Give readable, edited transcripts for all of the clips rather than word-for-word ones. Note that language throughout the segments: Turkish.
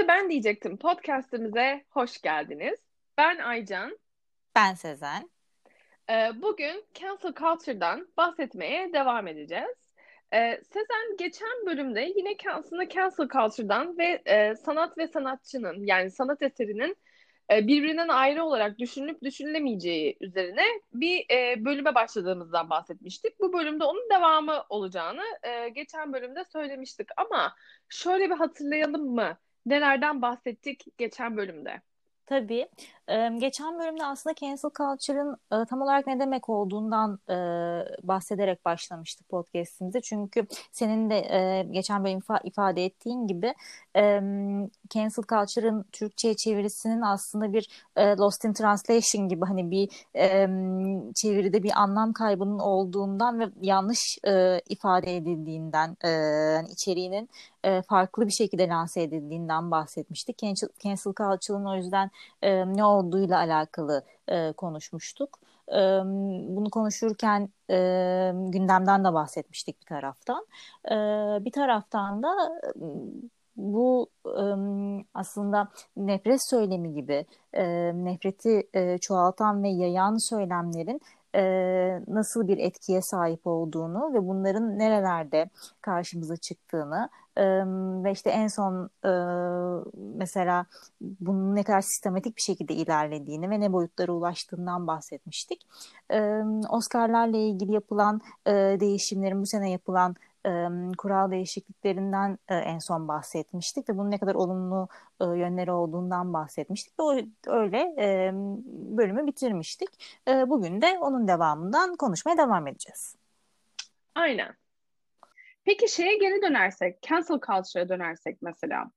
Ben diyecektim. Podcast'imize hoş geldiniz. Ben Aycan. Ben Sezen. Bugün cancel culture'dan bahsetmeye devam edeceğiz. Sezen geçen bölümde yine aslında cancel culture'dan ve sanat ve sanatçının yani sanat eserinin birbirinden ayrı olarak düşünülüp düşünülemeyeceği üzerine bir bölüme başladığımızdan bahsetmiştik. Bu bölümde onun devamı olacağını geçen bölümde söylemiştik. Ama şöyle bir hatırlayalım mı? Nelerden bahsettik geçen bölümde? Tabii. Geçen bölümde aslında cancel culture'ın tam olarak ne demek olduğundan bahsederek başlamıştık podcast'imize. Çünkü senin de geçen bölüm ifade ettiğin gibi e, cancel culture'ın Türkçe'ye çevirisinin aslında bir lost in translation gibi hani bir çeviride bir anlam kaybının olduğundan ve yanlış ifade edildiğinden hani içeriğinin farklı bir şekilde lanse edildiğinden bahsetmiştik. Cancel culture'ın o yüzden ne olduğuyla alakalı konuşmuştuk. Bunu konuşurken gündemden de bahsetmiştik bir taraftan. Bir taraftan da bu aslında nefret söylemi gibi nefreti çoğaltan ve yayan söylemlerin nasıl bir etkiye sahip olduğunu ve bunların nerelerde karşımıza çıktığını ve işte en son mesela bunun ne kadar sistematik bir şekilde ilerlediğini ve ne boyutlara ulaştığından bahsetmiştik. Oscar'larla ilgili yapılan değişimlerin bu sene yapılan kural değişikliklerinden en son bahsetmiştik ve bunun ne kadar olumlu yönleri olduğundan bahsetmiştik ve öyle bölümü bitirmiştik. Bugün de onun devamından konuşmaya devam edeceğiz. Aynen. Peki şeye geri dönersek, cancel culture'a dönersek mesela,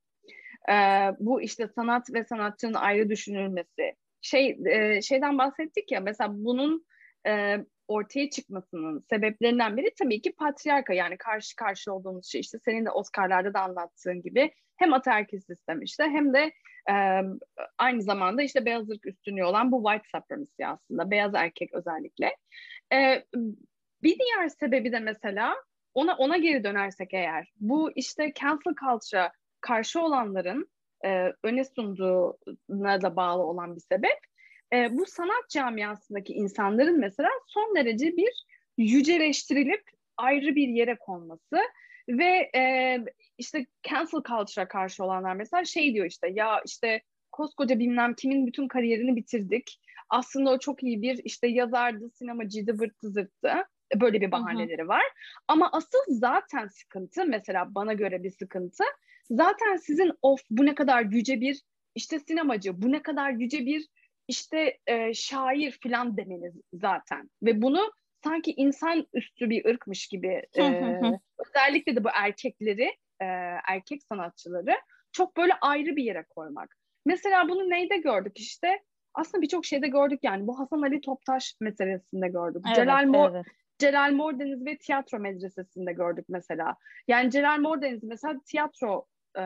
bu işte sanat ve sanatçının ayrı düşünülmesi, şeyden bahsettik ya, mesela bunun ortaya çıkmasının sebeplerinden biri tabii ki patriarka, yani karşı karşı olduğumuz şey, işte senin de Oscar'larda da anlattığın gibi hem ataerkil sistem işte hem de e, aynı zamanda işte beyaz ırk üstünlüğü olan bu white supremacy, aslında beyaz erkek özellikle. E, Bir diğer sebebi de mesela ona geri dönersek eğer, bu işte cancel culture'a karşı olanların öne sunduğuna da bağlı olan bir sebep. Bu sanat camiasındaki insanların mesela son derece bir yüceleştirilip ayrı bir yere konması ve işte cancel culture'a karşı olanlar mesela şey diyor, işte ya işte koskoca bilmem kimin bütün kariyerini bitirdik. Aslında o çok iyi bir işte yazardı, sinemacıydı, vırttı zırttı. Böyle bir Hı hı. bahaneleri var. Ama asıl zaten sıkıntı, mesela bana göre bir sıkıntı, zaten sizin of bu ne kadar yüce bir işte sinemacı, bu ne kadar yüce bir işte şair filan demeniz zaten. Ve bunu sanki insan üstü bir ırkmış gibi Hı hı hı. özellikle de bu erkekleri, e, erkek sanatçıları çok böyle ayrı bir yere koymak. Mesela bunu neyde gördük işte? Aslında birçok şeyde gördük yani. Bu Hasan Ali Toptaş meselesinde gördük. Evet, evet. Celal Mordeniz ve tiyatro medresesinde gördük mesela. Yani Celal Mordeniz mesela tiyatro e,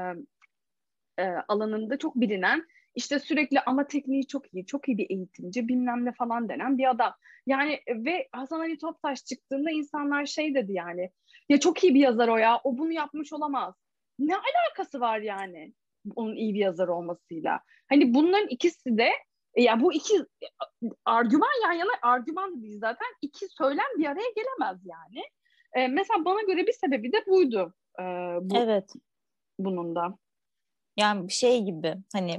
alanında çok bilinen, işte sürekli ama tekniği çok iyi, çok iyi bir eğitimci bilmem ne falan denen bir adam. Yani ve Hasan Ali Toptaş çıktığında insanlar şey dedi yani, ya çok iyi bir yazar o ya, o bunu yapmış olamaz. Ne alakası var yani onun iyi bir yazar olmasıyla? Hani bunların ikisi de ya bu iki argüman yan yana, argüman da değil zaten, iki söylem bir araya gelemez yani. Mesela bana göre bir sebebi de buydu, bu Evet. bunun da. Yani bir şey gibi hani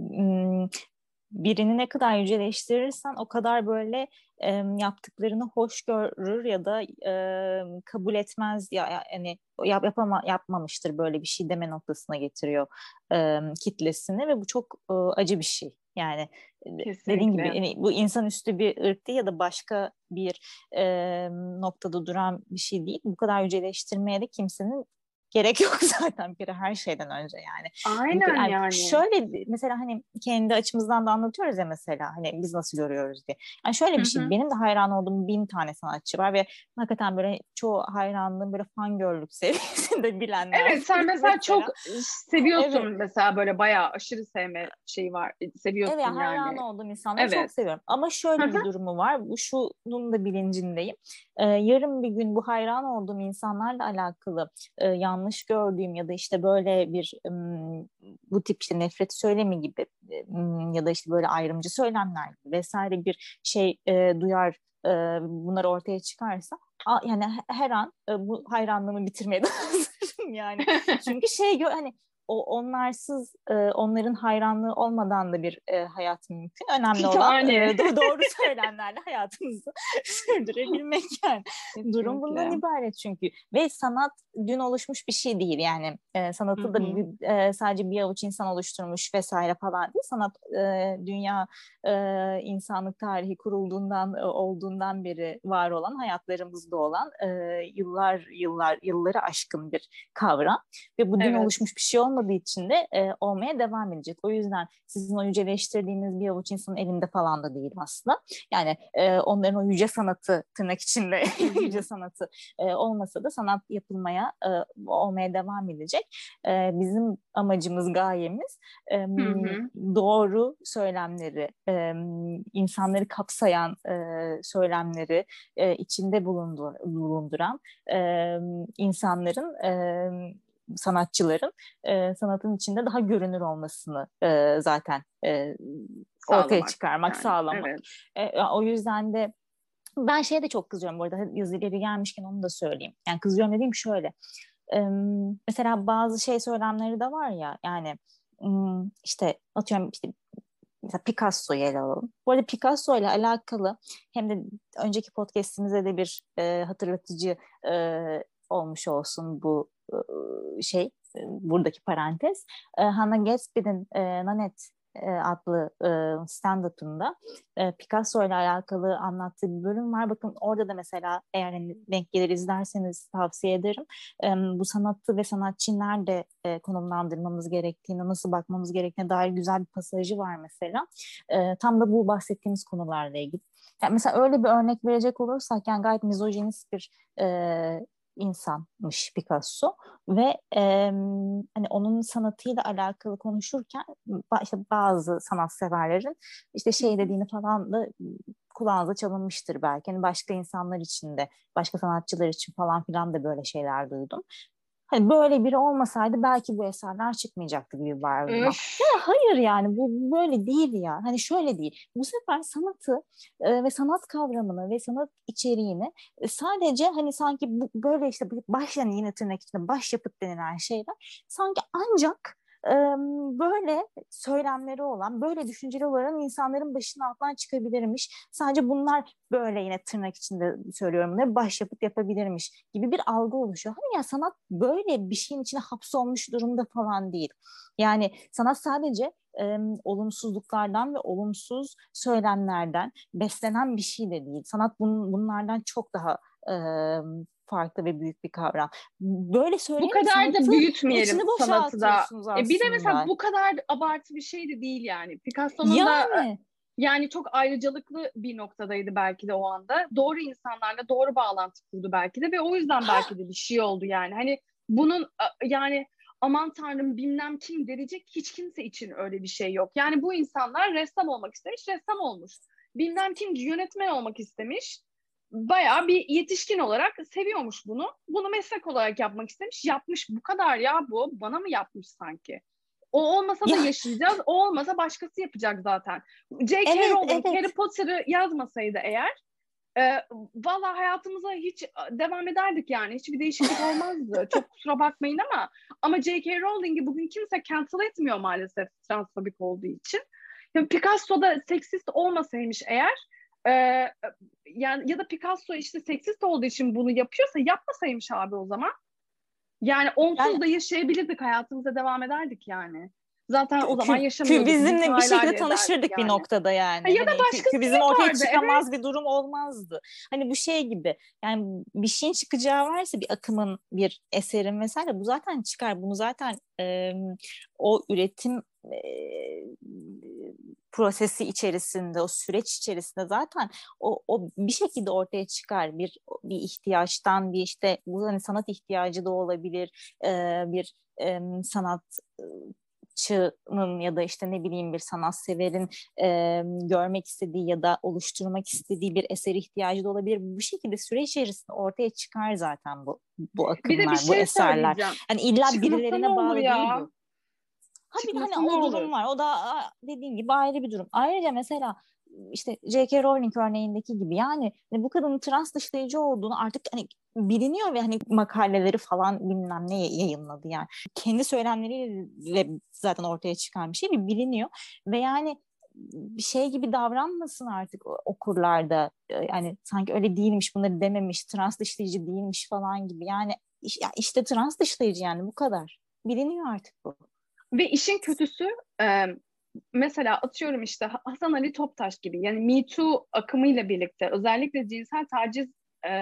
birini ne kadar yüceleştirirsen o kadar böyle yaptıklarını hoş görür ya da kabul etmez yani yapmamıştır böyle bir şey deme noktasına getiriyor kitlesini ve bu çok acı bir şey. Yani dediğin gibi Kesinlikle. yani bu insanüstü bir ırk değil ya da başka bir noktada duran bir şey değil. Bu kadar yüceleştirmeye de kimsenin gerek yok zaten bir kere her şeyden önce yani. Aynen Yani yani. şöyle mesela hani kendi açımızdan da anlatıyoruz ya mesela hani biz nasıl görüyoruz diye. Yani şöyle Hı bir şey hı. benim de hayran olduğum 1000 tane sanatçı var ve hakikaten böyle çoğu hayranlığım böyle fangirlük seviyesinde bilenler Evet, sen var mesela çok mesela. seviyorsun, Evet. mesela böyle bayağı aşırı sevme şeyi var. Evet, Seviyorsun hayran yani. olduğum insanları çok Evet. seviyorum. Ama Hı şöyle hı. bir durumu var. Bu şunun da bilincindeyim. Yarın bir gün bu hayran olduğum insanlarla alakalı yanlış gördüğüm ya da işte böyle bir bu tip işte nefret söylemi gibi ya da işte böyle ayrımcı söylemler gibi vesaire bir şey duyar, bunlar ortaya çıkarsa yani her an bu hayranlığımı bitirmeye de hazırım yani. Çünkü hani onlarsız, onların hayranlığı olmadan da bir hayat mümkün. Önemli olan Yani. doğru söylemlerle hayatımızı sürdürebilmek yani. Durum bundan ibaret çünkü. Ve sanat dün oluşmuş bir şey değil yani. Sanatı da sadece bir avuç insan oluşturmuş vesaire falan değil. Sanat dünya insanlık tarihi kurulduğundan olduğundan beri var olan, hayatlarımızda olan yılları aşkın bir kavram ve bu dün oluşmuş bir şey olmadığı için de olmaya devam edecek. O yüzden sizin o yüceleştirdiğiniz bir avuç insanın elinde falan da değil aslında. Yani onların o yüce sanatı, tırnak içinde yüce sanatı olmasa da sanat yapılmaya olmaya devam edecek. Bizim amacımız, gayemiz doğru söylemleri, insanları kapsayan söylemleri içinde bulunduran insanların, sanatçıların sanatın içinde daha görünür olmasını zaten ortaya çıkarmak, yani, sağlamak. Evet. O yüzden de ben şeye de çok kızıyorum bu arada, yazı ileri gelmişken onu da söyleyeyim. Yani kızıyorum dediğim şöyle. Mesela bazı söylemleri de var ya, yani işte atıyorum, işte mesela Picasso'yu ele alalım. Bu arada Picasso ile alakalı hem de önceki podcast'imize de bir hatırlatıcı olmuş olsun bu buradaki parantez. Hannah Gadsby'nin Nanette adlı stand-up'ında Picasso ile alakalı anlattığı bir bölüm var. Bakın orada da mesela, eğer denk gelir izlerseniz tavsiye ederim. Bu sanatı ve sanatçıyı nerede konumlandırmamız gerektiğine, nasıl bakmamız gerektiğine dair güzel bir pasajı var mesela. Tam da bu bahsettiğimiz konularla ilgili. Yani mesela öyle bir örnek verecek olursak, yani gayet mizojinist bir insanmış Picasso ve hani onun sanatıyla alakalı konuşurken işte bazı sanatseverlerin işte dediğini falan da kulağınıza çalınmıştır belki. Yani başka insanlar için de, başka sanatçılar için falan filan da böyle şeyler duydum. Hani böyle biri olmasaydı belki bu eserler çıkmayacaktı gibi var. Ya hayır, yani bu böyle değil ya. Hani şöyle değil. Bu sefer sanatı ve sanat kavramını ve sanat içeriğini sadece hani sanki böyle işte başlayan, yine tırnak içinde başyapıt denilen şeyler sanki ancak böyle söylemleri olan, böyle düşünceli olan insanların başının altından çıkabilirmiş. Sadece bunlar böyle, yine tırnak içinde söylüyorum, ne başyapıt yapabilirmiş gibi bir algı oluşuyor. Hani ya sanat böyle bir şeyin içine hapsolmuş durumda falan değil. Yani sanat sadece olumsuzluklardan ve olumsuz söylemlerden beslenen bir şey de değil. Sanat bunlardan çok daha farklı ve büyük bir kavram. Böyle bu söyleyerek kadar da büyütmeyelim içini sanatı da. boşaltıyorsunuz aslında. Bir de mesela bu kadar abartı bir şey de değil yani. Picasso'nun da Yani yani çok ayrıcalıklı bir noktadaydı belki de o anda. Doğru insanlarla doğru bağlantı kurdu belki de ve o yüzden belki de bir şey oldu yani. Hani bunun yani aman tanrım bilmem kim denecek hiç kimse için öyle bir şey yok. Yani bu insanlar ressam olmak istemiş, ressam olmuş. Bilmem kim yönetmen olmak istemiş. Bayağı bir yetişkin olarak seviyormuş bunu. Bunu meslek olarak yapmak istemiş. Yapmış, bu kadar ya bu. Bana mı yapmış sanki? O olmasa da ya yaşayacağız. O olmasa başkası yapacak zaten. J.K. evet, Rowling evet. Harry Potter'ı yazmasaydı eğer valla hayatımıza hiç devam ederdik yani. Hiçbir değişiklik olmazdı. Çok kusura bakmayın ama J.K. Rowling'i bugün kimse cancel etmiyor maalesef, transfobik olduğu için. Yani Picasso da seksist olmasaymış eğer e, yani ya da Picasso işte seksist olduğu için bunu yapıyorsa yapmasaymış abi o zaman. Yani Yani onsuz da yaşayabilirdik, hayatımıza devam ederdik yani. Zaten o zaman yaşamıyorduk. Bu kübizmle bir hikayelerle şekilde yazardık tanışırdık bir yani. noktada Ha, yani. ya da Hani başkası kübizm ortaya yapardı. Evet. çıkamaz bir durum olmazdı. Hani bu şey gibi, yani bir şeyin çıkacağı varsa, bir akımın, bir eserin vesaire, bu zaten çıkar. Bunu zaten o üretim prosesi içerisinde, o süreç içerisinde zaten o bir şekilde ortaya çıkar. Bir ihtiyaçtan, bir işte bu hani sanat ihtiyacı da olabilir, bir sanat sanatçının ya da işte ne bileyim bir sanatseverin görmek istediği ya da oluşturmak istediği bir eser ihtiyacı da olabilir. Bu şekilde süre içerisinde ortaya çıkar zaten bu Bir de bir akımlar, bu şey eserler. söyleyeceğim. Hani illa Çıkmasa ne birilerine olur bağlı değil ya? bu. Ha bir de hani Çıkmasa ne o olur? durum var. O da dediğin gibi ayrı bir durum. Ayrıca mesela işte J.K. Rowling örneğindeki gibi yani bu kadının trans dışlayıcı olduğunu artık hani biliniyor ve hani makaleleri falan bilmem ne yayınladı yani. Kendi söylemleriyle zaten ortaya çıkan bir şey bir biliniyor ve yani bir şey gibi davranmasın artık okurlarda. Yani sanki öyle değilmiş, bunları dememiş, trans dışlayıcı değilmiş falan gibi. Yani işte trans dışlayıcı yani bu kadar. Biliniyor artık bu. Ve işin kötüsü mesela atıyorum işte Hasan Ali Toptaş gibi, yani Me Too akımıyla birlikte özellikle cinsel taciz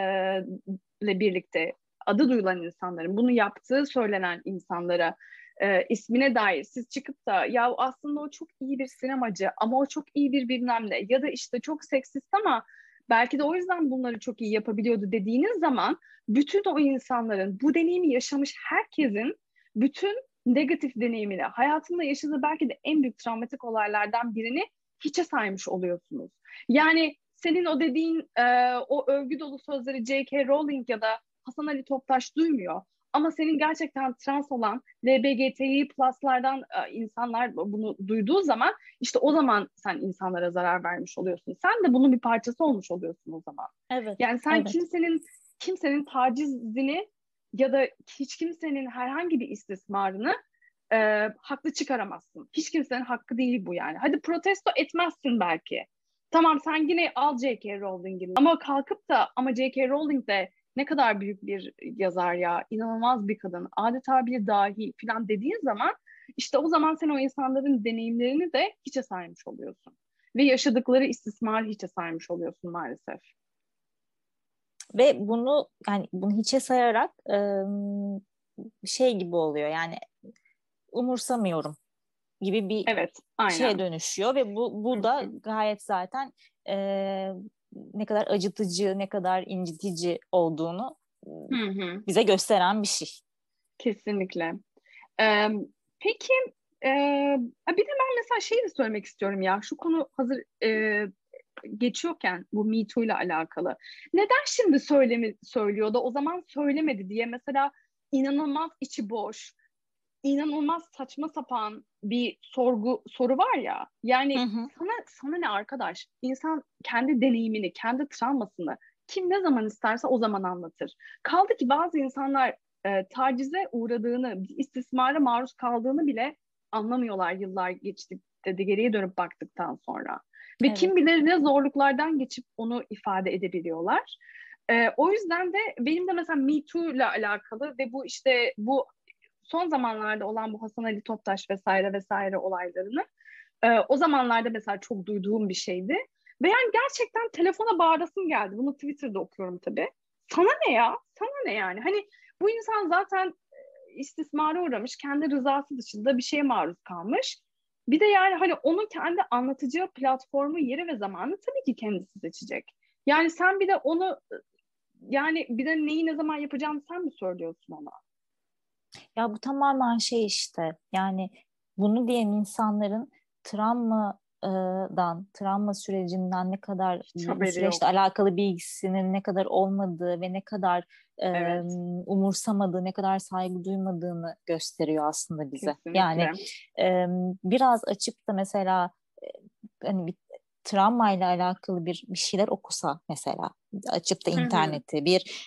ile birlikte adı duyulan insanların bunu yaptığı söylenen insanlara ismine dair siz çıkıp da ya aslında o çok iyi bir sinemacı ama o çok iyi bir bilmem ne ya da işte çok seksist ama belki de o yüzden bunları çok iyi yapabiliyordu dediğiniz zaman bütün o insanların, bu deneyimi yaşamış herkesin bütün negatif deneyimini, hayatında yaşadığı belki de en büyük travmatik olaylardan birini hiçe saymış oluyorsunuz. Yani senin o dediğin o övgü dolu sözleri J.K. Rowling ya da Hasan Ali Toptaş duymuyor. Ama senin gerçekten trans olan LGBTİ pluslardan insanlar bunu duyduğu zaman işte o zaman sen insanlara zarar vermiş oluyorsun. Sen de bunun bir parçası olmuş oluyorsun o zaman. Evet, Yani sen evet. kimsenin tacizini ya da hiç kimsenin herhangi bir istismarını haklı çıkaramazsın. Hiç kimsenin hakkı değil bu yani. Hadi protesto etmezsin belki. Tamam sen yine al J.K. Rowling'ini ama kalkıp da ama J.K. Rowling de ne kadar büyük bir yazar ya, inanılmaz bir kadın, adeta bir dahi falan dediğin zaman işte o zaman sen o insanların deneyimlerini de hiçe saymış oluyorsun. Ve yaşadıkları istismarı hiçe saymış oluyorsun maalesef. Ve bunu hiçe sayarak şey gibi oluyor yani umursamıyorum gibi bir Evet, şeye aynen. dönüşüyor ve Hı bu da hı. gayet zaten e, ne kadar acıtıcı, ne kadar incitici olduğunu Hı hı. bize gösteren bir şey. Kesinlikle. Ee, peki e, bir de ben mesela şeyi de söylemek istiyorum ya. Şu konu hazır geçiyorken bu Me Too ile alakalı. Neden şimdi söylüyor da o zaman söylemedi diye mesela inanılmaz içi boş, inanılmaz saçma sapan bir soru var ya. Hı Yani hı. sana ne arkadaş? İnsan kendi deneyimini, kendi travmasını kim ne zaman isterse o zaman anlatır. Kaldı ki bazı insanlar tacize uğradığını, istismara maruz kaldığını bile anlamıyorlar yıllar geçtikte de geriye dönüp baktıktan sonra. Ve kim Evet. bilir ne zorluklardan geçip onu ifade edebiliyorlar. O yüzden de benim de mesela Me Too ile alakalı ve bu işte bu son zamanlarda olan bu Hasan Ali Toptaş vesaire vesaire olaylarını o zamanlarda mesela çok duyduğum bir şeydi. Ve yani gerçekten telefona bağırasım geldi. Bunu Twitter'da okuyorum tabii. Sana ne ya? Sana ne yani? Hani bu insan zaten istismara uğramış, kendi rızası dışında bir şeye maruz kalmış. Bir de yani hani onun kendi anlatacağı platformu, yeri ve zamanı tabii ki kendisi seçecek. Yani sen bir de onu yani bir de neyi ne zaman yapacağını sen mi söylüyorsun ona? Ya bu tamamen şey işte yani bunu diyen insanların travma sürecinden ne kadar Hiç bu haberi süreçle yok. alakalı bilgisinin ne kadar olmadığı ve ne kadar e, Evet, umursamadığı, ne kadar saygı duymadığını gösteriyor aslında bize. Yani kesinlikle. biraz açıp da mesela e, hani bir travmayla alakalı bir şeyler okusa mesela açıp da Hı hı. interneti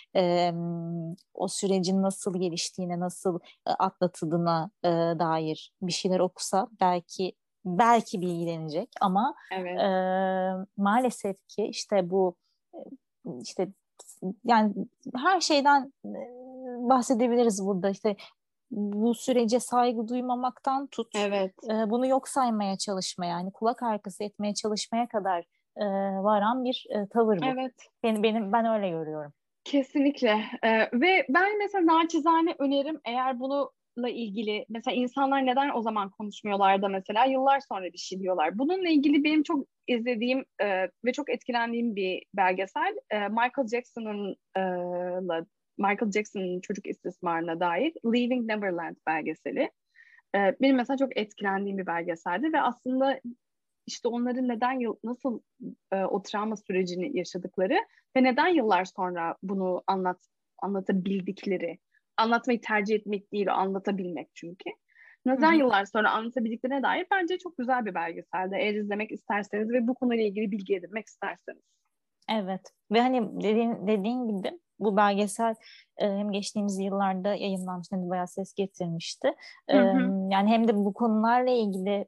o sürecin nasıl geliştiğine, nasıl atlatıldığına dair bir şeyler okusa belki bilgilenecek ama e, Evet. maalesef ki işte bu işte yani her şeyden bahsedebiliriz burada işte bu sürece saygı duymamaktan tut Evet. bunu yok saymaya çalışmaya yani kulak arkası etmeye çalışmaya kadar varan bir tavır bu. Evet. Ben öyle görüyorum. Kesinlikle. Ve ben mesela naçizane önerim, eğer bununla ilgili mesela insanlar neden o zaman konuşmuyorlar da mesela yıllar sonra bir şey diyorlar. Bununla ilgili benim çok izlediğim ve çok etkilendiğim bir belgesel Michael Jackson'ın çocuk istismarına dair Leaving Neverland belgeseli. benim mesela çok etkilendiğim bir belgeseldi ve aslında işte onların nasıl o travma sürecini yaşadıkları ve neden yıllar sonra bunu anlatabildikleri, anlatmayı tercih etmek değil, anlatabilmek çünkü. Hı Neden hı. yıllar sonra anlatabildiklerine dair bence çok güzel bir belgeseldi. Eğer izlemek isterseniz ve bu konuyla ilgili bilgi edinmek isterseniz. Evet ve hani dediğin gibi bu belgesel hem geçtiğimiz yıllarda yayınlanmıştı, hani bayağı ses getirmişti. Hı hı, Yani hem de bu konularla ilgili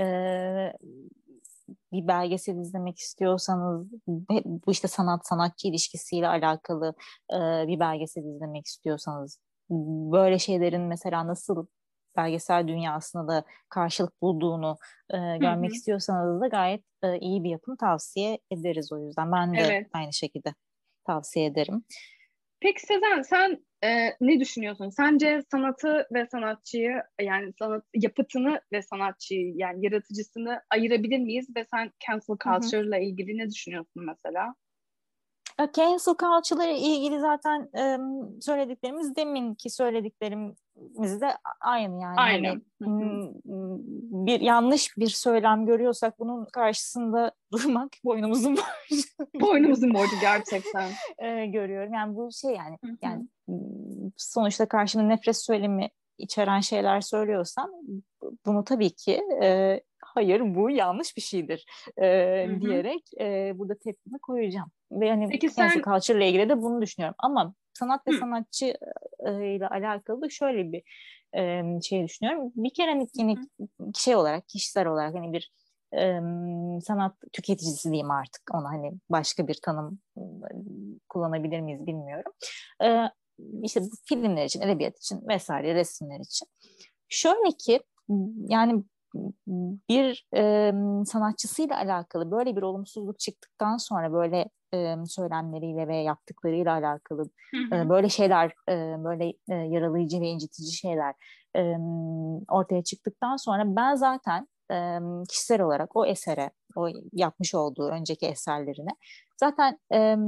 bir belgesel izlemek istiyorsanız, bu işte sanatçı ilişkisiyle alakalı bir belgesel izlemek istiyorsanız, böyle şeylerin mesela nasıl belgesel dünyasında da karşılık bulduğunu hı görmek hı. istiyorsanız da gayet iyi bir yapım tavsiye ederiz o yüzden. Ben de Evet. aynı şekilde tavsiye ederim. Peki Sezen, sen ne düşünüyorsun? Sence sanatı ve sanatçıyı, yani sanat yapıtını ve sanatçıyı, yani yaratıcısını ayırabilir miyiz? Ve sen cancel Hı hı. culture ile ilgili ne düşünüyorsun mesela? Cancel culture ile ilgili zaten söylediklerimiz, deminki söylediklerimiz de aynı yani. Hani Aynı. Hı hı. bir yanlış bir söylem görüyorsak bunun karşısında durmak boynumuzun borcu gibi Boynumuzun borcu gerçekten. görüyorum. Yani bu şey yani Hı yani hı. sonuçta karşımda nefret söylemi içeren şeyler söylüyorsam bunu tabii ki hayır bu yanlış bir şeydir Hı hı. diyerek burada tepkimi koyacağım. Ve hani Peki cancel sen culture ile ilgili de bunu düşünüyorum. Ama sanat ve hı sanatçı ile alakalı da şöyle bir şey düşünüyorum. Bir kere hani hı yine hı. şey olarak, kişisel olarak hani bir e, sanat tüketicisi diyeyim artık, ona hani başka bir tanım kullanabilir miyiz bilmiyorum. E, işte bu filmler için, edebiyat için vesaire, resimler için. Şöyle ki yani bir sanatçısıyla alakalı böyle bir olumsuzluk çıktıktan sonra, böyle söylemleriyle ve yaptıklarıyla alakalı Hı hı. böyle şeyler, böyle yaralayıcı ve incitici şeyler e, ortaya çıktıktan sonra ben zaten kişisel olarak o esere, o yapmış olduğu önceki eserlerine zaten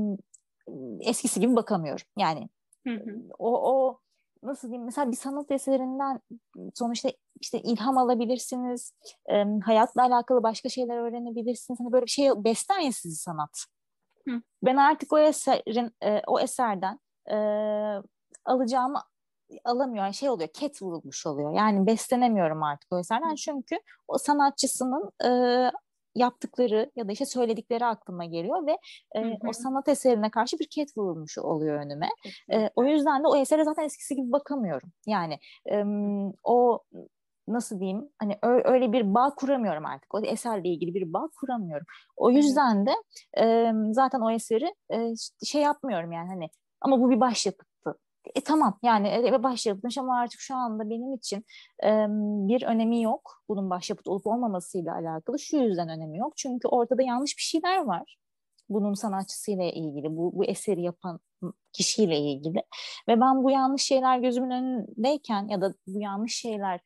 eskisi gibi bakamıyorum. Yani Hı hı. o nasıl diyeyim, mesela bir sanat eserinden sonuçta işte ilham alabilirsiniz, hayatla alakalı başka şeyler öğrenebilirsiniz. Hani böyle bir şey besler ya sizi sanat. Hı. Ben artık o eserden e, alacağımı alamıyor. Yani şey oluyor, ket vurulmuş oluyor. Yani beslenemiyorum artık o eserden, çünkü o sanatçısının yaptıkları ya da işte söyledikleri aklıma geliyor ve Hı o hı. sanat eserine karşı bir ket vurulmuş oluyor önüme. O Kesinlikle. yüzden de o esere zaten eskisi gibi bakamıyorum. Yani o nasıl diyeyim, hani öyle bir bağ kuramıyorum artık. O eserle ilgili bir bağ kuramıyorum. O Evet. yüzden de zaten o eseri şey yapmıyorum yani, hani ama bu bir başyapıttı. Tamam yani başyapıtmış ama artık şu anda benim için bir önemi yok. Bunun başyapıt olup olmamasıyla alakalı. Şu yüzden önemi yok. Çünkü ortada yanlış bir şeyler var. Bunun sanatçısıyla ilgili, bu eseri yapan kişiyle ilgili. Ve ben bu yanlış şeyler gözümün önündeyken ya da bu yanlış şeyler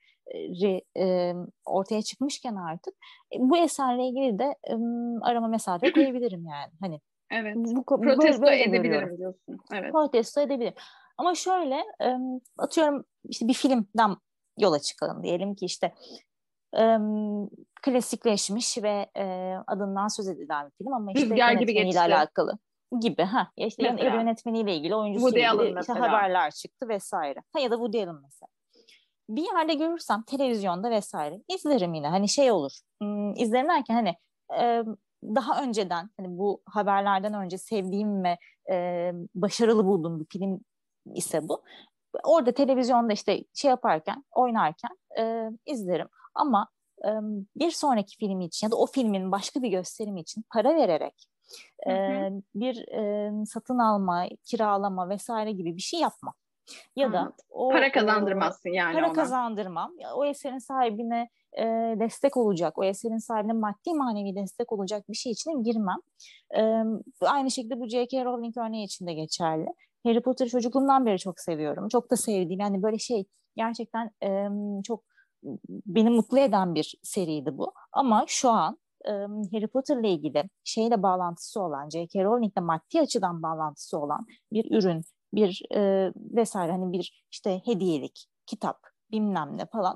ortaya çıkmışken artık bu eserle ilgili de arama mesafe koyabilirim yani. Hani Evet. böyle, Protesto böyle görüyorum. edebilirim diyorsun. Evet. Protesto edebilirim. Ama şöyle atıyorum, işte bir filmden yola çıkalım. Diyelim ki işte e, klasikleşmiş ve adından söz edilen bir film ama işte Rüzgar gibi yönetmeniyle geçti alakalı gibi. Ha, ya işte ya da mesela. yönetmeniyle ilgili, Woody oyuncusuyla Allen ilgili işte mesela. haberler çıktı vesaire. Ha, ya da Woody Allen mesela. Bir yerde görürsem, televizyonda vesaire, izlerim yine. Hani şey olur. İzlerim derken hani e, daha önceden, hani bu haberlerden önce sevdiğim ve başarılı bulduğum bir film ise bu. Orada televizyonda işte şey yaparken, oynarken izlerim. Ama e, bir sonraki film için ya da o filmin başka bir gösterimi için para vererek Hı hı. bir satın alma, kiralama vesaire gibi bir şey yapmam. Ya da Anladım. Para o kazandırmazsın yani para ona. kazandırmam. Ya, o eserin sahibine destek olacak, o eserin sahibine maddi manevi destek olacak bir şey içine girmem. E, Aynı şekilde bu J.K. Rowling örneği için de geçerli. Harry Potter'ı çocukluğumdan beri çok seviyorum. Çok da sevdiğim, yani böyle şey, gerçekten çok beni mutlu eden bir seriydi bu. Ama şu an Harry Potter'la ilgili şeyle bağlantısı olan, J.K. Rowling'le maddi açıdan bağlantısı olan bir ürün, bir vesaire, hani bir işte hediyelik, kitap, bilmem ne falan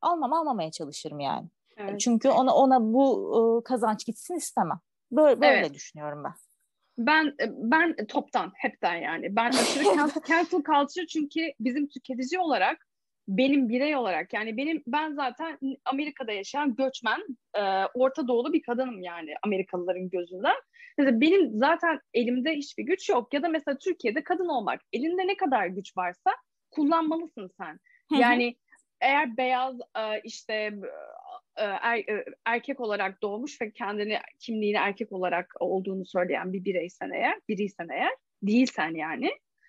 almamaya çalışırım yani. Evet. Çünkü ona bu kazanç gitsin istemem. Böyle Evet. düşünüyorum ben. Ben toptan, hepten yani. Ben aşırı cancel culture, çünkü bizim tüketici olarak, benim birey olarak, yani ben zaten Amerika'da yaşayan göçmen, Orta Doğulu bir kadınım yani Amerikalıların gözünden. Mesela benim zaten elimde hiçbir güç yok. Ya da mesela Türkiye'de kadın olmak, elinde ne kadar güç varsa kullanmalısın sen. Hı hı. Yani eğer beyaz, işte erkek olarak doğmuş ve kendini, kimliğini erkek olarak olduğunu söyleyen bir biriysen eğer, değilsen yani,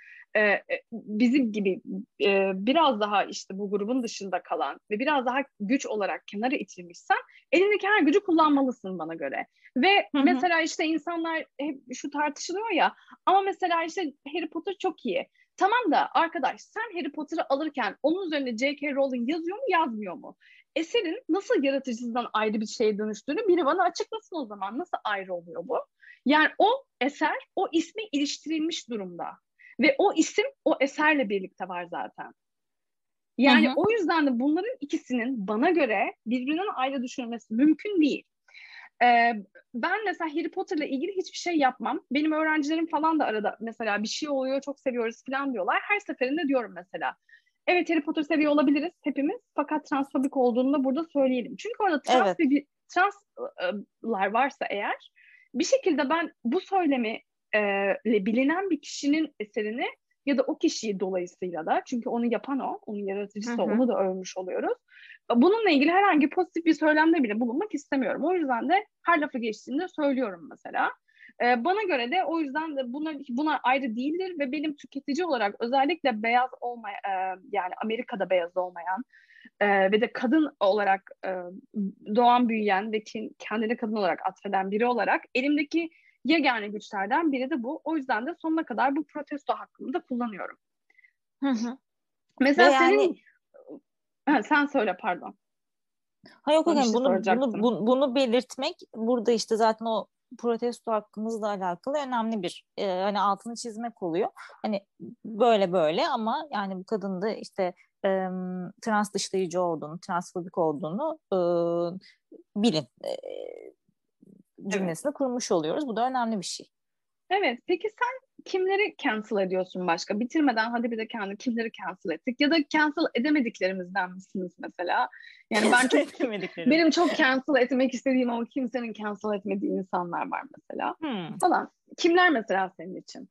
bizim gibi biraz daha işte bu grubun dışında kalan ve biraz daha güç olarak kenara itilmişsen, elindeki her gücü kullanmalısın bana göre. Ve Hı hı. mesela işte insanlar hep şu tartışılıyor ya, ama mesela işte Harry Potter çok iyi. Tamam da arkadaş, sen Harry Potter'ı alırken onun üzerine J.K. Rowling yazıyor mu, yazmıyor mu? Eserin nasıl yaratıcısından ayrı bir şeye dönüştüğünü biri bana açıklasın o zaman. Nasıl ayrı oluyor bu? Yani o eser o isme iliştirilmiş durumda. Ve o isim o eserle birlikte var zaten. Hı Yani hı. o yüzden de bunların ikisinin bana göre birbirinden ayrı düşünülmesi mümkün değil. Ee, Ben mesela Harry Potter'la ilgili hiçbir şey yapmam. Benim öğrencilerim falan da arada mesela bir şey oluyor, çok seviyoruz falan diyorlar. Her seferinde diyorum mesela. Evet, Harry Potter seviyor olabiliriz hepimiz. Fakat transfobik olduğunu da burada söyleyelim. Çünkü orada Evet. translar varsa eğer, bir şekilde ben bu söylemi ile bilinen bir kişinin eserini ya da o kişiyi dolayısıyla da, çünkü onu yapan o, onun Hı yaratıcısı o, hı. onu da övmüş oluyoruz. Bununla ilgili herhangi pozitif bir söylemde bile bulunmak istemiyorum. O yüzden de her lafı geçtiğinde söylüyorum mesela. Bana göre de o yüzden de bunlar ayrı değildir ve benim tüketici olarak, özellikle beyaz olmayan, yani Amerika'da beyaz olmayan ve de kadın olarak doğan, büyüyen ve kendini kadın olarak atfeden biri olarak, elimdeki yegane güçlerden biri de bu. O yüzden de sonuna kadar bu protesto hakkımı da kullanıyorum. Hı hı. Ve Mesela yani senin, ha, sen söyle, pardon. yok Sana bir yani şey soracaktım. bunu belirtmek burada işte zaten o protesto hakkımızla alakalı önemli bir hani altını çizmek oluyor. Hani böyle ama yani bu kadın da işte trans dışlayıcı olduğunu, transfobik olduğunu bilin Evet. cümlesini kurmuş oluyoruz. Bu da önemli bir şey. Evet. Peki sen kimleri cancel ediyorsun başka? Bitirmeden hadi bir de kimleri cancel ettik? Ya da cancel edemediklerimizden misiniz mesela? Yani Demediklerim. benim çok cancel etmek istediğim ama kimsenin cancel etmediği insanlar var mesela. Hmm. Falan. Kimler mesela senin için?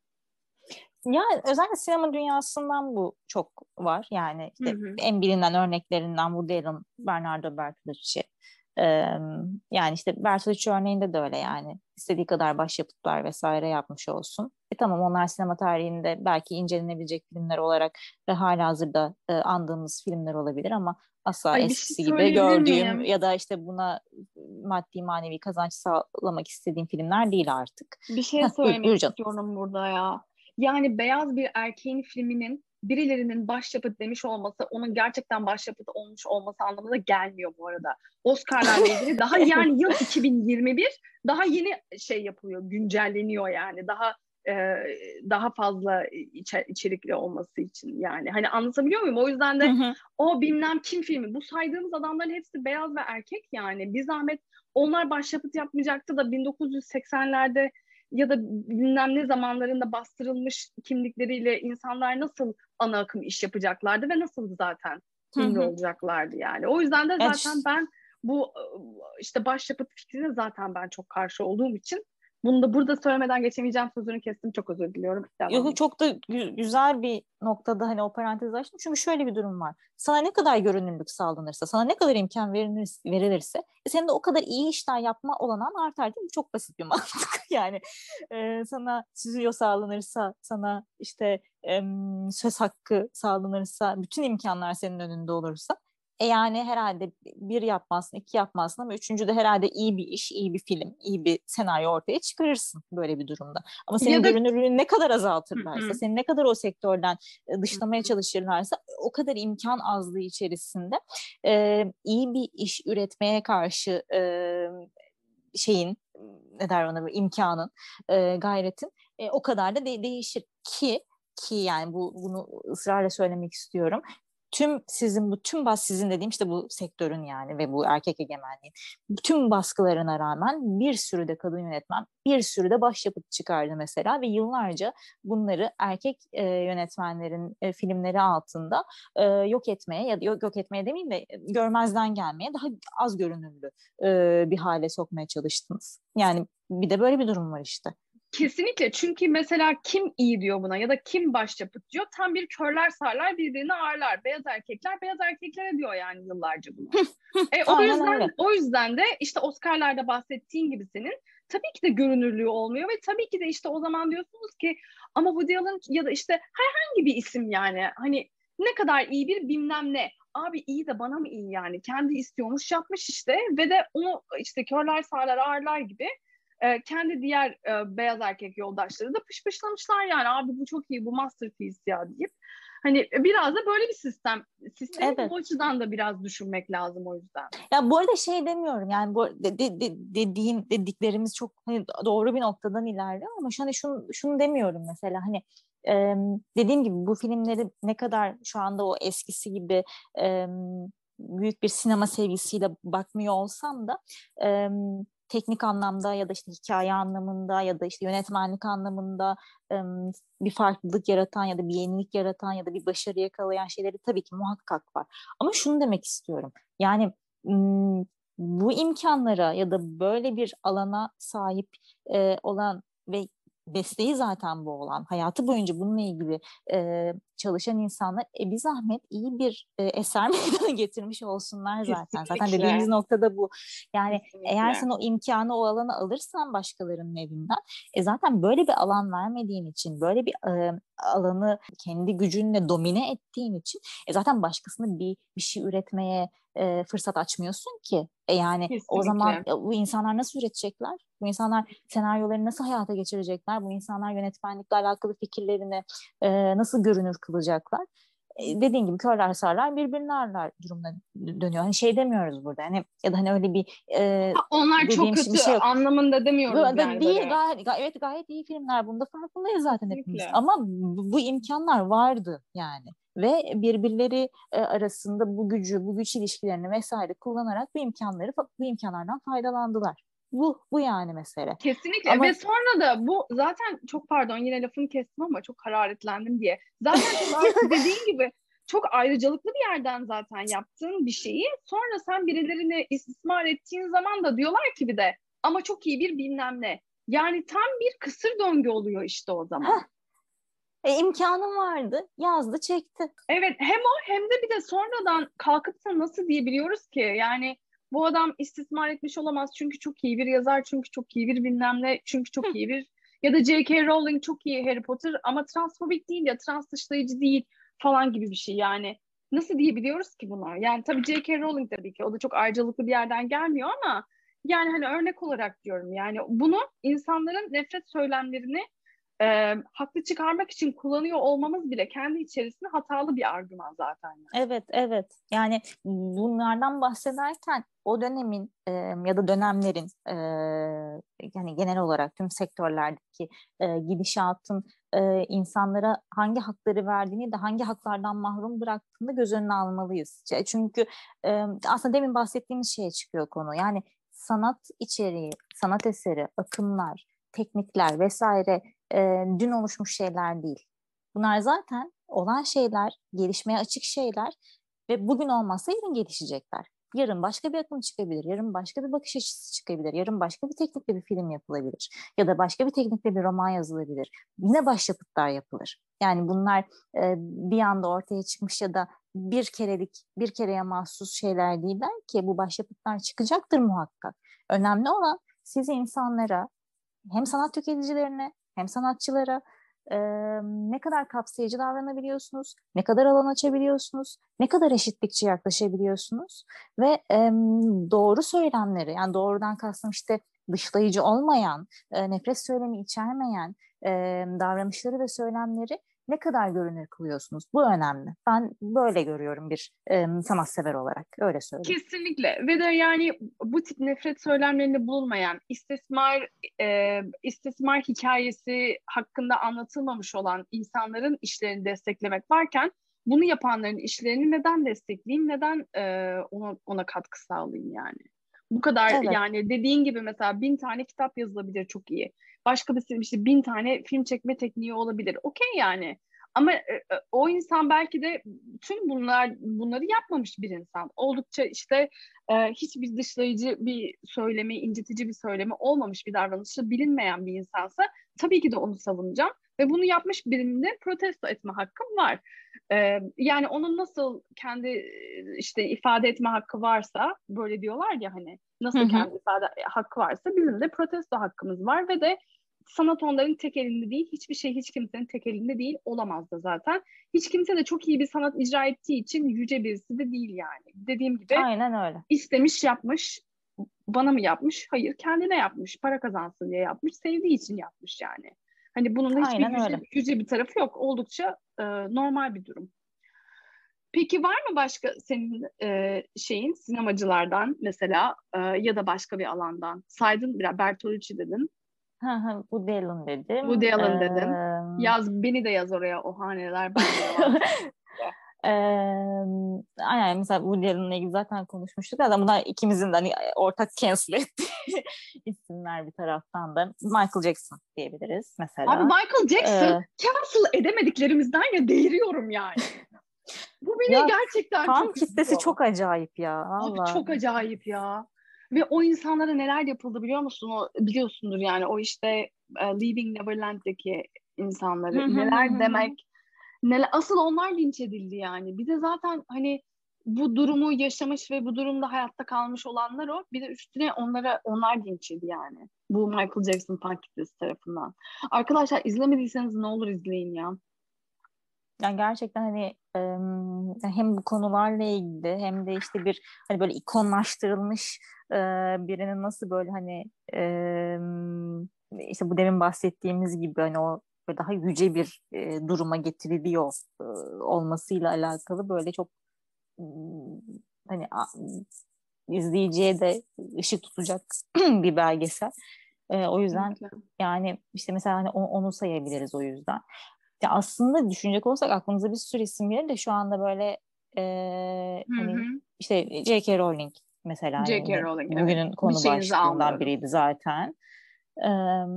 Ya özellikle sinema dünyasından bu çok var. Yani Hı işte hı. en bilinen örneklerinden Woody Allen, Bernardo Bertolucci. Ee, Yani işte Bertolucci örneğinde de öyle yani. İstediği kadar başyapıtlar vesaire yapmış olsun. Tamam, onlar sinema tarihinde belki incelenebilecek filmler olarak ve halihazırda andığımız filmler olabilir ama asla Ay, bir şey eskisi gibi söyleyebilir gördüğüm miyim? ya da işte buna maddi manevi kazanç sağlamak istediğim filmler değil artık. Bir şey Heh, buyur söylemek canım. istiyorum burada ya. Yani beyaz bir erkeğin filminin birilerinin başyapıt demiş olması, onun gerçekten başyapıt olmuş olması anlamına gelmiyor bu arada. Oscar'larla ilgili daha, yani yıl 2021, daha yeni şey yapılıyor, güncelleniyor yani. E, Daha fazla içerikli olması için yani. Hani anlatabiliyor muyum? O yüzden Hı de hı. o bilmem kim filmi. Bu saydığımız adamların hepsi beyaz ve erkek yani. Bir zahmet, onlar başyapıt yapmayacaktı da 1980'lerde ya da bilmem ne zamanlarında bastırılmış kimlikleriyle insanlar nasıl ana akım iş yapacaklardı ve nasıl zaten Hı ünlü hı. olacaklardı yani. O yüzden de Yani zaten ben bu işte başyapıt fikrine zaten ben çok karşı olduğum için, bunu da burada söylemeden geçemeyeceğim, sözünü kestim, çok özür diliyorum. Devam yok, et. çok da güzel bir noktada hani o parantezi açtım. Çünkü şöyle bir durum var. Sana ne kadar görünürlük sağlanırsa, sana ne kadar imkan verilirse senin de o kadar iyi işler yapma olanağın artar, değil mi? Çok basit bir mantık. Yani sana stüdyo sağlanırsa, sana işte söz hakkı sağlanırsa, bütün imkanlar senin önünde olursa yani herhalde bir yapmazsın, iki yapmazsın ama üçüncü de herhalde iyi bir iş, iyi bir film, iyi bir senaryo ortaya çıkarırsın böyle bir durumda. Ama senin Ya da görünürlüğünü ne kadar hı azaltırlarsa, hı, seni ne kadar o sektörden hı dışlamaya hı. çalışırlarsa o kadar imkan azlığı içerisinde iyi bir iş üretmeye karşı şeyin ne der ona, imkanın, gayretin o kadar da değişir ki yani bunu ısrarla söylemek istiyorum. tüm sizin dediğim işte bu sektörün yani ve bu erkek egemenliğin tüm baskılarına rağmen bir sürü de kadın yönetmen, bir sürü de başyapıt çıkardı mesela ve yıllarca bunları erkek yönetmenlerin filmleri altında yok etmeye ya da yok etmeye demeyeyim de görmezden gelmeye, daha az görünürlü bir hale sokmaya çalıştınız. Yani bir de böyle bir durum var işte. Kesinlikle, çünkü mesela kim iyi diyor buna ya da kim başyapıt diyor, tam bir körler sağırlar birbirini ağırlar. Beyaz erkekler beyaz erkeklere diyor yani yıllarca bunu. O Aynen yüzden öyle. o yüzden de işte Oscar'larda bahsettiğin gibi senin tabii ki de görünürlüğü olmuyor ve tabii ki de işte o zaman diyorsunuz ki ama Woody Allen ya da işte herhangi bir isim, yani hani ne kadar iyi bir bilmem ne. Abi iyi de bana mı iyi yani? Kendi istiyormuş, yapmış işte ve de onu işte körler sağırlar ağırlar gibi kendi diğer beyaz erkek yoldaşları da pışpışlamışlar yani, abi bu çok iyi, bu masterpiece ya deyip. Hani biraz da böyle bir sistemi Evet. bu açıdan da biraz düşünmek lazım o yüzden. Ya bu arada şey demiyorum yani bu dediklerimiz çok hani doğru bir noktadan ilerliyor ama şunu demiyorum mesela hani dediğim gibi bu filmleri ne kadar şu anda o eskisi gibi e, büyük bir sinema sevgisiyle bakmıyor olsam da teknik anlamda ya da işte hikaye anlamında ya da işte yönetmenlik anlamında bir farklılık yaratan ya da bir yenilik yaratan ya da bir başarı yakalayan şeyleri tabii ki muhakkak var. Ama şunu demek istiyorum. Yani bu imkanlara ya da böyle bir alana sahip olan ve mesleği zaten bu olan, hayatı boyunca bununla ilgili çalışan insanlar bir zahmet iyi bir eser meydana getirmiş olsunlar zaten. Zaten dediğimiz Kesinlikle. noktada bu. Yani eğer Kesinlikle. sen o imkanı, o alanı alırsan başkalarının evinden, zaten böyle bir alan vermediğin için, böyle bir alanı kendi gücünle domine ettiğin için zaten başkasına bir şey üretmeye fırsat açmıyorsun ki. Yani o zaman Kesinlikle. bu insanlar nasıl üretecekler? Bu insanlar senaryoları nasıl hayata geçirecekler? Bu insanlar yönetmenlikle alakalı fikirlerini nasıl görünür kılacaklar? Dediğin gibi körler sağırlar birbirini ağırlar durumuna dönüyor. Hani şey demiyoruz burada. Hani ya da hani öyle bir Onlar çok dediğim bir kötü şey yok. anlamında demiyoruz Böyle yani değil, böyle. evet gayet iyi filmler, bunda farkındayız zaten hepimiz. Kesinlikle. Ama bu imkanlar vardı yani. Ve birbirleri arasında bu güç ilişkilerini vesaire kullanarak bu imkanlardan faydalandılar. Bu yani mesele. Kesinlikle ve Ama sonra da bu zaten, çok pardon yine lafını kestim ama çok hararetlendim diye. Zaten çok dediğin gibi çok ayrıcalıklı bir yerden zaten yaptığın bir şeyi sonra sen birilerini istismar ettiğin zaman da diyorlar ki bir de ama çok iyi bir bilmem ne. Yani tam bir kısır döngü oluyor işte o zaman. imkanım vardı, yazdı, çekti. Evet, hem o hem de bir de sonradan kalkıp da nasıl diyebiliyoruz ki? Yani bu adam istismar etmiş olamaz çünkü çok iyi bir yazar, çünkü çok iyi bir bilmem ne, çünkü çok iyi bir, ya da J.K. Rowling çok iyi Harry Potter ama transfobik değil ya, trans dışlayıcı değil falan gibi bir şey. Yani nasıl diyebiliyoruz ki buna? Yani tabii J.K. Rowling tabii ki o da çok ayrıcalıklı bir yerden gelmiyor ama yani hani örnek olarak diyorum, yani bunu insanların nefret söylemlerini haklı çıkarmak için kullanıyor olmamız bile kendi içerisinde hatalı bir argüman zaten. Yani. Evet, evet. Yani bunlardan bahsederken o dönemin ya da dönemlerin yani genel olarak tüm sektörlerdeki gidişatın insanlara hangi hakları verdiğini de hangi haklardan mahrum bıraktığını göz önüne almalıyız. Çünkü aslında demin bahsettiğimiz şeye çıkıyor konu. Yani sanat içeriği, sanat eseri, akımlar, teknikler vesaire dün oluşmuş şeyler değil. Bunlar zaten olan şeyler, gelişmeye açık şeyler ve bugün olmazsa yarın gelişecekler. Yarın başka bir akım çıkabilir, yarın başka bir bakış açısı çıkabilir, yarın başka bir teknikle bir film yapılabilir ya da başka bir teknikle bir roman yazılabilir. Yine başyapıtlar yapılır. Yani bunlar bir anda ortaya çıkmış ya da bir kereye mahsus şeyler değiller ki bu başyapıtlar çıkacaktır muhakkak. Önemli olan siz insanlara hem sanat tüketicilerine hem sanatçılara e, ne kadar kapsayıcı davranabiliyorsunuz, ne kadar alan açabiliyorsunuz, ne kadar eşitlikçi yaklaşabiliyorsunuz ve doğru söylemleri, yani doğrudan kastım işte dışlayıcı olmayan, nefret söylemi içermeyen davranışları ve söylemleri ne kadar görünür kılıyorsunuz? Bu önemli. Ben böyle görüyorum bir sanatsever olarak. Öyle söyleyeyim. Kesinlikle ve de yani bu tip nefret söylemlerinde bulunmayan istismar hikayesi hakkında anlatılmamış olan insanların işlerini desteklemek varken bunu yapanların işlerini neden destekleyeyim, neden ona katkı sağlayayım yani. Bu kadar Evet. yani dediğin gibi mesela 1000 tane kitap yazılabilir çok iyi. Başka bir işte 1000 tane film çekme tekniği olabilir. Okey yani. Ama o insan belki de tüm bunları yapmamış bir insan. Oldukça işte hiçbir dışlayıcı bir söylemi, incitici bir söylemi olmamış bir davranışı bilinmeyen bir insansa tabii ki de onu savunacağım. Ve bunu yapmış birinin de protesto etme hakkım var. Yani onun nasıl kendi işte ifade etme hakkı varsa, böyle diyorlar ya hani, Hı nasıl hı. kendi ifade hakkı varsa bizim de protesto hakkımız var ve de sanat onların tek elinde değil, hiçbir şey hiç kimsenin tek elinde değil, olamaz da zaten. Hiç kimse de çok iyi bir sanat icra ettiği için yüce birisi de değil yani. Dediğim gibi Aynen öyle. istemiş yapmış, bana mı yapmış? Hayır, kendine yapmış, para kazansın diye yapmış, sevdiği için yapmış yani. Hani bunun da hiçbir Aynen öyle. yüce bir tarafı yok. Oldukça normal bir durum. Peki var mı başka senin şeyin sinemacılardan mesela ya da başka bir alandan? Saydın biraz, Bertolucci dedin, Hı hı, Woody Allen dedim. Woody Allen dedin. Yaz, beni de yaz oraya, o haneler bende de var kesinlikle. Aynen, mesela Woody Allen'la ilgili zaten konuşmuştuk da bunlar ikimizin de hani ortak cancel ettiği isimler bir taraftan da. Michael Jackson diyebiliriz Abi mesela. Michael Jackson Ee, cancel edemediklerimizden ya deliriyorum yani. Bu beni Ya gerçekten fan çok kitlesi üzüyor. çok acayip ya Abi valla. çok acayip ya. Ve o insanlara neler yapıldı biliyor musun? O, biliyorsundur yani, o işte Leaving Neverland'daki Hı insanları hı hı neler hı hı. demek, neler, asıl onlar linç edildi yani. Bir de zaten hani bu durumu yaşamış ve bu durumda hayatta kalmış olanlar o. Bir de üstüne onlar linç edildi yani. Bu Michael Jackson fan kitlesi tarafından. Arkadaşlar izlemediyseniz ne olur izleyin ya. Yani gerçekten hani hem bu konularla ilgili hem de işte bir hani böyle ikonlaştırılmış birinin nasıl böyle hani işte bu demin bahsettiğimiz gibi hani o böyle daha yüce bir duruma getiriliyor olmasıyla alakalı böyle çok em, hani izleyiciye de ışık tutacak bir belgesel. O yüzden Kesinlikle. yani işte mesela hani onu sayabiliriz o yüzden. Ya aslında düşünecek olsak aklımıza bir sürü isim gelir de şu anda böyle Hı hani hı. işte J.K. Rowling mesela J.K. hani Rowling, evet. bugünün Bir konu şeyinizi başlığından almıyorum. biriydi zaten. Eee,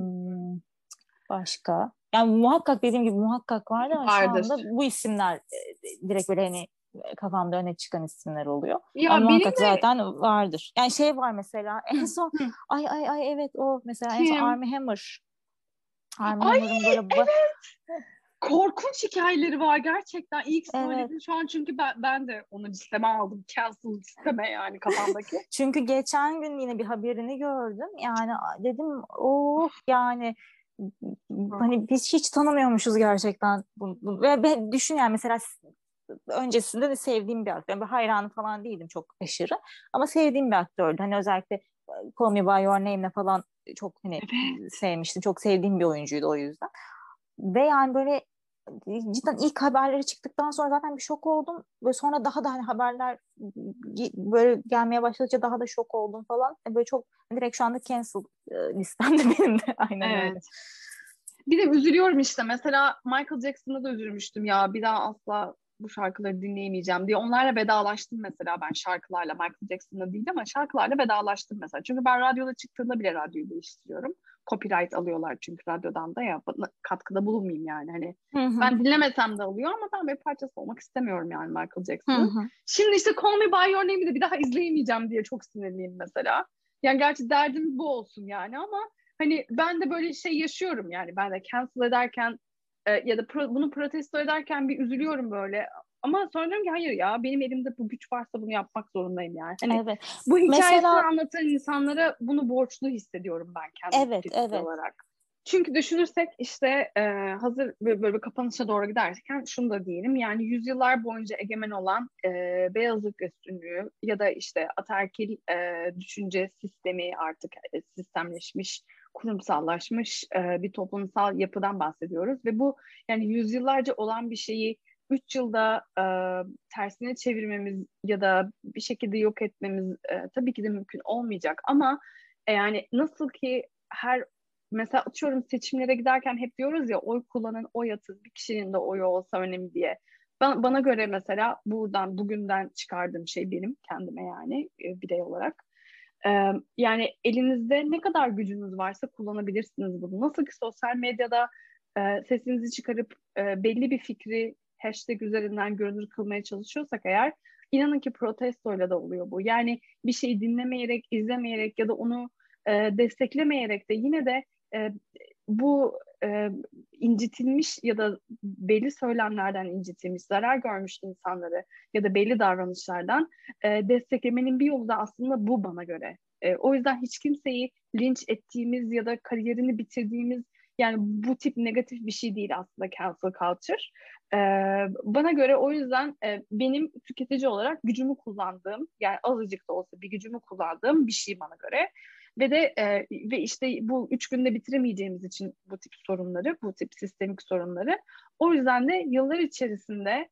Başka? Yani muhakkak dediğim gibi muhakkak vardı ama şu anda Vardır. bu isimler direkt böyle hani kafamda öne çıkan isimler oluyor. Ama Ya benim muhakkak de zaten vardır. Yani şey var mesela hı, en son hı. ay evet o mesela en son Kim? Armie Hammer. Armie Ay Hammer'ın böyle evet. Korkunç hikayeleri var gerçekten. İlk evet. söyledin şu an, çünkü ben de onu listeme aldım. Cancel listeme yani, kafamdaki. Çünkü geçen gün yine bir haberini gördüm. Yani dedim oh yani hani biz hiç tanımıyormuşuz gerçekten. Ve ben düşün yani mesela öncesinde de sevdiğim bir aktör. Ben hayranı falan değildim çok aşırı. Ama sevdiğim bir aktördü. Hani özellikle Call Me By Your Name'le falan çok hani Evet. sevmiştim. Çok sevdiğim bir oyuncuydu o yüzden. Ve yani böyle cidden ilk haberleri çıktıktan sonra zaten bir şok oldum. Ve sonra daha da hani haberler böyle gelmeye başladıkça daha da şok oldum falan. Böyle çok direkt şu anda cancel listemde benim de aynen öyle. Evet. Bir de üzülüyorum işte. Mesela Michael Jackson'a da üzülmüştüm ya. Bir daha asla bu şarkıları dinleyemeyeceğim diye. Onlarla vedalaştım mesela ben, şarkılarla. Michael Jackson'la değil ama şarkılarla vedalaştım mesela. Çünkü ben radyoda çıktığında bile radyoyu değiştiriyorum. Copyright alıyorlar çünkü radyodan da, ya bana katkıda bulunmayayım yani. Hani Hı hı. ben dinlemesem de alıyor ama ben bir parçası olmak istemiyorum yani Michael Hı Jackson'ın. hı. Şimdi işte Call Me By Your Name'i de bir daha izleyemeyeceğim diye çok sinirliyim mesela. Yani gerçi derdim bu olsun yani, ama hani ben de böyle şey yaşıyorum yani, ben de cancel ederken ya da bunu protesto ederken bir üzülüyorum böyle. Ama sonra diyorum ki hayır ya, benim elimde bu güç varsa bunu yapmak zorundayım yani. Hani Evet. bu hikayesini Mesela anlatan insanlara bunu borçlu hissediyorum ben kendim evet kişisel evet. olarak. Çünkü düşünürsek işte hazır böyle bir kapanışa doğru giderken şunu da diyelim, yani yüzyıllar boyunca egemen olan beyazlık üstünlüğü ya da işte ataerkil düşünce sistemi artık sistemleşmiş, kurumsallaşmış bir toplumsal yapıdan bahsediyoruz ve bu yani yüzyıllarca olan bir şeyi 3 yılda tersine çevirmemiz ya da bir şekilde yok etmemiz tabii ki de mümkün olmayacak, ama yani nasıl ki her, mesela atıyorum seçimlere giderken hep diyoruz ya, oy kullanın, oy atın, bir kişinin de oyu olsa önemli diye. Bana göre mesela bugünden çıkardığım şey benim kendime, yani birey olarak. Yani elinizde ne kadar gücünüz varsa kullanabilirsiniz bunu. Nasıl ki sosyal medyada sesinizi çıkarıp belli bir fikri hashtag üzerinden görünür kılmaya çalışıyorsak eğer, inanın ki protestoyla da oluyor bu. Yani bir şeyi dinlemeyerek, izlemeyerek ya da onu desteklemeyerek de yine de e, bu incitilmiş ya da belli söylemlerden incitilmiş, zarar görmüş insanları ya da belli davranışlardan desteklemenin bir yolu da aslında bu bana göre. O yüzden hiç kimseyi linç ettiğimiz ya da kariyerini bitirdiğimiz, yani bu tip negatif bir şey değil aslında cancel culture. Bana göre o yüzden benim tüketici olarak gücümü kullandığım, yani azıcık da olsa bir gücümü kullandığım bir şey bana göre. Ve işte bu 3 günde bitiremeyeceğimiz için bu tip sorunları, bu tip sistemik sorunları, o yüzden de yıllar içerisinde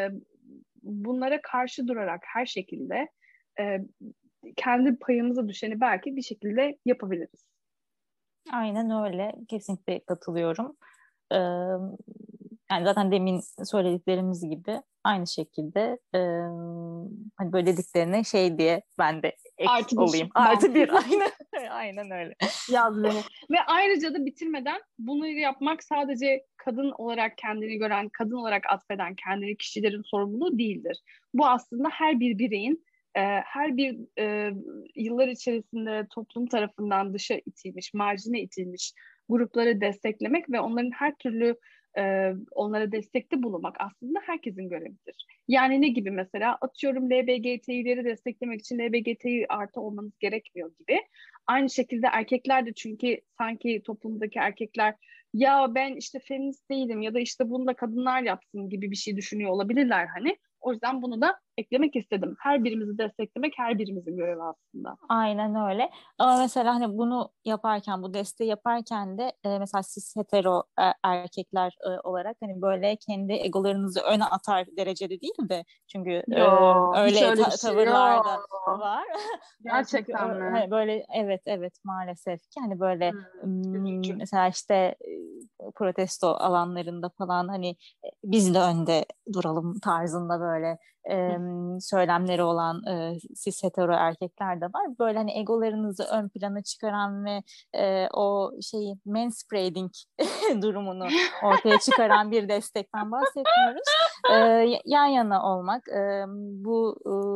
bunlara karşı durarak her şekilde e, kendi payımıza düşeni belki bir şekilde yapabiliriz. Aynen öyle. Kesinlikle katılıyorum. Ee, Yani zaten demin söylediklerimiz gibi aynı şekilde hani böyle dediklerine şey diye ben de ek Artı olayım. bir bam. Artı bir aynen aynen öyle. Yaz beni. Ve ayrıca da bitirmeden bunu yapmak sadece kadın olarak kendini gören, kadın olarak atfeden kendini kişilerin sorumluluğu değildir. Bu aslında her bir bireyin her bir yıllar içerisinde toplum tarafından dışa itilmiş, marjine itilmiş grupları desteklemek ve onların her türlü onlara destekte bulunmak aslında herkesin görevidir. Yani ne gibi mesela, atıyorum LGBT'leri desteklemek için LGBTİ artı olmanız gerekmiyor gibi. Aynı şekilde erkekler de, çünkü sanki toplumdaki erkekler ya ben işte feminist değilim ya da işte bunu da kadınlar yapsın gibi bir şey düşünüyor olabilirler hani. O yüzden bunu da eklemek istedim. Her birimizi desteklemek her birimizin görevi aslında. Aynen öyle. Ama mesela hani bunu yaparken, bu desteği yaparken de mesela siz hetero erkekler olarak hani böyle kendi egolarınızı öne atar derecede değil de çünkü Yo, hiç öyle öyle bir şey tavırlarda yok. var. Çünkü Gerçekten mi? hani böyle evet maalesef ki hani böyle Üzücü. mesela işte protesto alanlarında falan hani biz de önde duralım tarzında böyle söylemleri olan cis hetero erkekler de var. Böyle hani egolarınızı ön plana çıkaran ve o şeyi manspreading durumunu ortaya çıkaran bir destekten bahsetmiyoruz. Yan yana olmak, bu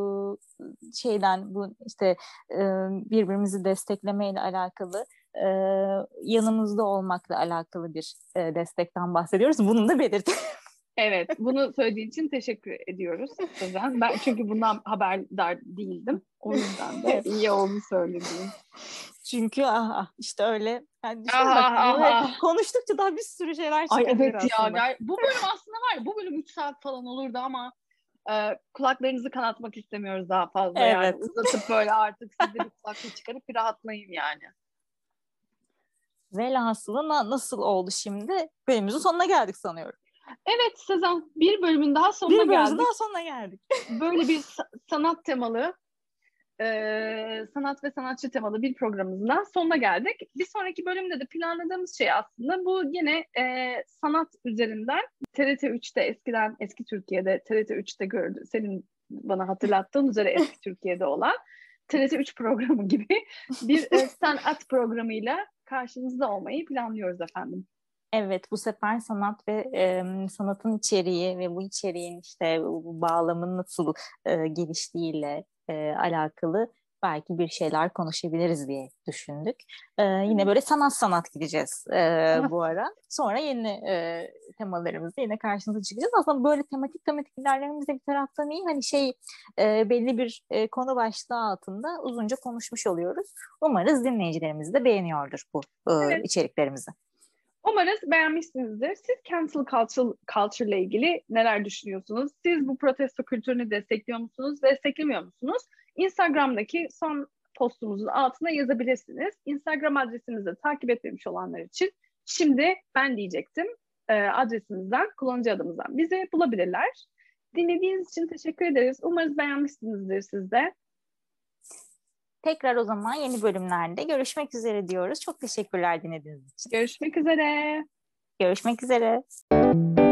şeyden bu işte birbirimizi desteklemeyle alakalı yanımızda olmakla alakalı bir destekten bahsediyoruz. Bunu da belirtelim. Evet, bunu söylediğin için teşekkür ediyoruz Sezen. Ben çünkü bundan haberdar değildim. O yüzden de iyi oldu söylediğin. Çünkü işte öyle. Yani Ah düşünün bak ah bu ah hep ah. konuştukça daha bir sürü şeyler Ay çıkabilir evet ya. aslında. Bu bölüm aslında var ya, bu bölüm 3 saat falan olurdu ama kulaklarınızı kanatmak istemiyoruz daha fazla yani. Evet. Uzatıp böyle artık siz de bir kulaklık çıkarıp bir rahatlayın yani. Velhasılı nasıl oldu şimdi? Bölümümüzün sonuna geldik sanıyorum. Evet Sezen, bir bölümün daha sonuna Bir bölümümüzün daha geldik. sonuna geldik. Böyle bir sanat temalı, sanat ve sanatçı temalı bir programımızın daha sonuna geldik. Bir sonraki bölümde de planladığımız şey aslında bu, yine sanat üzerinden TRT 3'te, eskiden eski Türkiye'de TRT 3'te gördü. Senin bana hatırlattığın üzere eski Türkiye'de olan TRT 3 programı gibi bir sanat programıyla karşınızda olmayı planlıyoruz efendim. Evet, bu sefer sanat ve sanatın içeriği ve bu içeriğin işte bu bağlamın nasıl geliştiğiyle alakalı belki bir şeyler konuşabiliriz diye düşündük. Yine böyle sanat gideceğiz Evet. bu ara. Sonra yeni temalarımızda yine karşınıza çıkacağız. Aslında böyle tematik ilerlememiz de bir taraftan iyi. Hani şey belli bir konu başlığı altında uzunca konuşmuş oluyoruz. Umarız dinleyicilerimiz de beğeniyordur bu Evet. içeriklerimizi. Umarız beğenmişsinizdir. Siz cancel culture ile ilgili neler düşünüyorsunuz? Siz bu protesto kültürünü destekliyor musunuz, desteklemiyor musunuz? Instagram'daki son postumuzun altına yazabilirsiniz. Instagram adresimizi takip etmemiş olanlar için şimdi ben diyecektim. Adresimizden, kullanıcı adımızdan bizi bulabilirler. Dinlediğiniz için teşekkür ederiz. Umarız beğenmişsinizdir siz de. Tekrar o zaman yeni bölümlerde görüşmek üzere diyoruz. Çok teşekkürler dinlediğiniz için. Görüşmek üzere. Görüşmek üzere.